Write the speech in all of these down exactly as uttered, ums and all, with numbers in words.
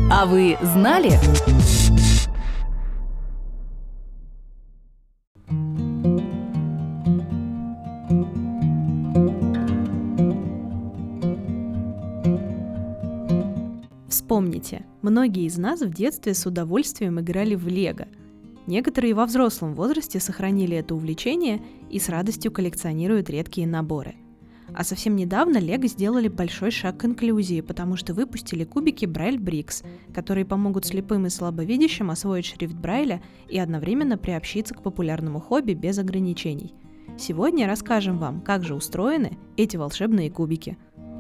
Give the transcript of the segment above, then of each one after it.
А вы знали? Вспомните, многие из нас в детстве с удовольствием играли в лего. Некоторые во взрослом возрасте сохранили это увлечение и с радостью коллекционируют редкие наборы. А совсем недавно лего сделали большой шаг к инклюзии, потому что выпустили кубики Braille Bricks, которые помогут слепым и слабовидящим освоить шрифт Брайля и одновременно приобщиться к популярному хобби без ограничений. Сегодня расскажем вам, как же устроены эти волшебные кубики.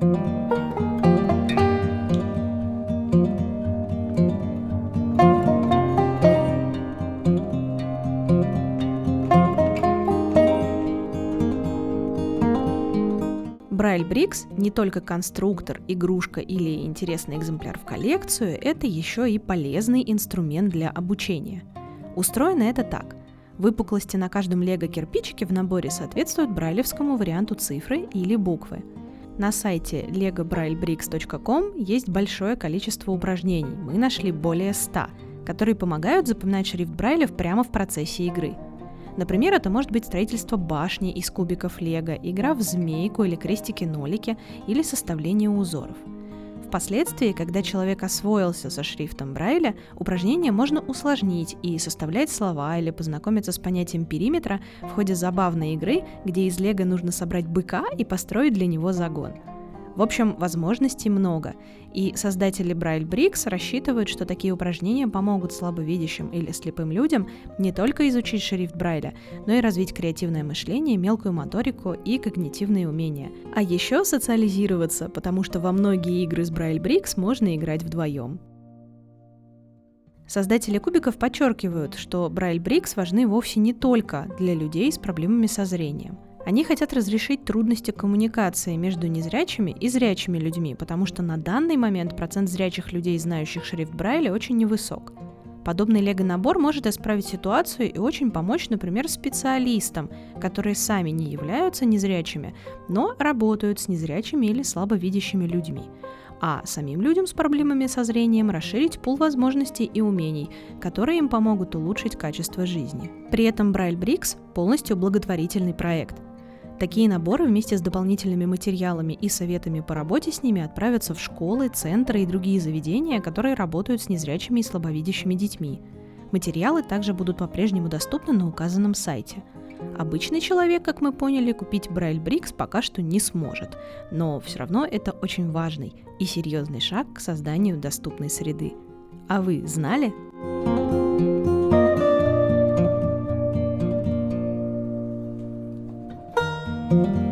Braille Bricks не только конструктор, игрушка или интересный экземпляр в коллекцию, это еще и полезный инструмент для обучения. Устроено это так. Выпуклости на каждом лего-кирпичике в наборе соответствуют брайлевскому варианту цифры или буквы. На сайте лего брайль брикс точка ком есть большое количество упражнений, мы нашли более ста, которые помогают запоминать шрифт Брайля прямо в процессе игры. Например, это может быть строительство башни из кубиков лего, игра в змейку или крестики-нолики, или составление узоров. Впоследствии, когда человек освоился со шрифтом Брайля, упражнение можно усложнить и составлять слова или познакомиться с понятием периметра в ходе забавной игры, где из лего нужно собрать быка и построить для него загон. В общем, возможностей много, и создатели Braille Bricks рассчитывают, что такие упражнения помогут слабовидящим или слепым людям не только изучить шрифт Брайля, но и развить креативное мышление, мелкую моторику и когнитивные умения. А еще социализироваться, потому что во многие игры с Braille Bricks можно играть вдвоем. Создатели кубиков подчеркивают, что Braille Bricks важны вовсе не только для людей с проблемами со зрением. Они хотят разрешить трудности коммуникации между незрячими и зрячими людьми, потому что на данный момент процент зрячих людей, знающих шрифт Брайля, очень невысок. Подобный лего-набор может исправить ситуацию и очень помочь, например, специалистам, которые сами не являются незрячими, но работают с незрячими или слабовидящими людьми. А самим людям с проблемами со зрением расширить пул возможностей и умений, которые им помогут улучшить качество жизни. При этом Braille Bricks полностью благотворительный проект. Такие наборы вместе с дополнительными материалами и советами по работе с ними отправятся в школы, центры и другие заведения, которые работают с незрячими и слабовидящими детьми. Материалы также будут по-прежнему доступны на указанном сайте. Обычный человек, как мы поняли, купить Braille Bricks пока что не сможет, но все равно это очень важный и серьезный шаг к созданию доступной среды. А вы знали? Thank you.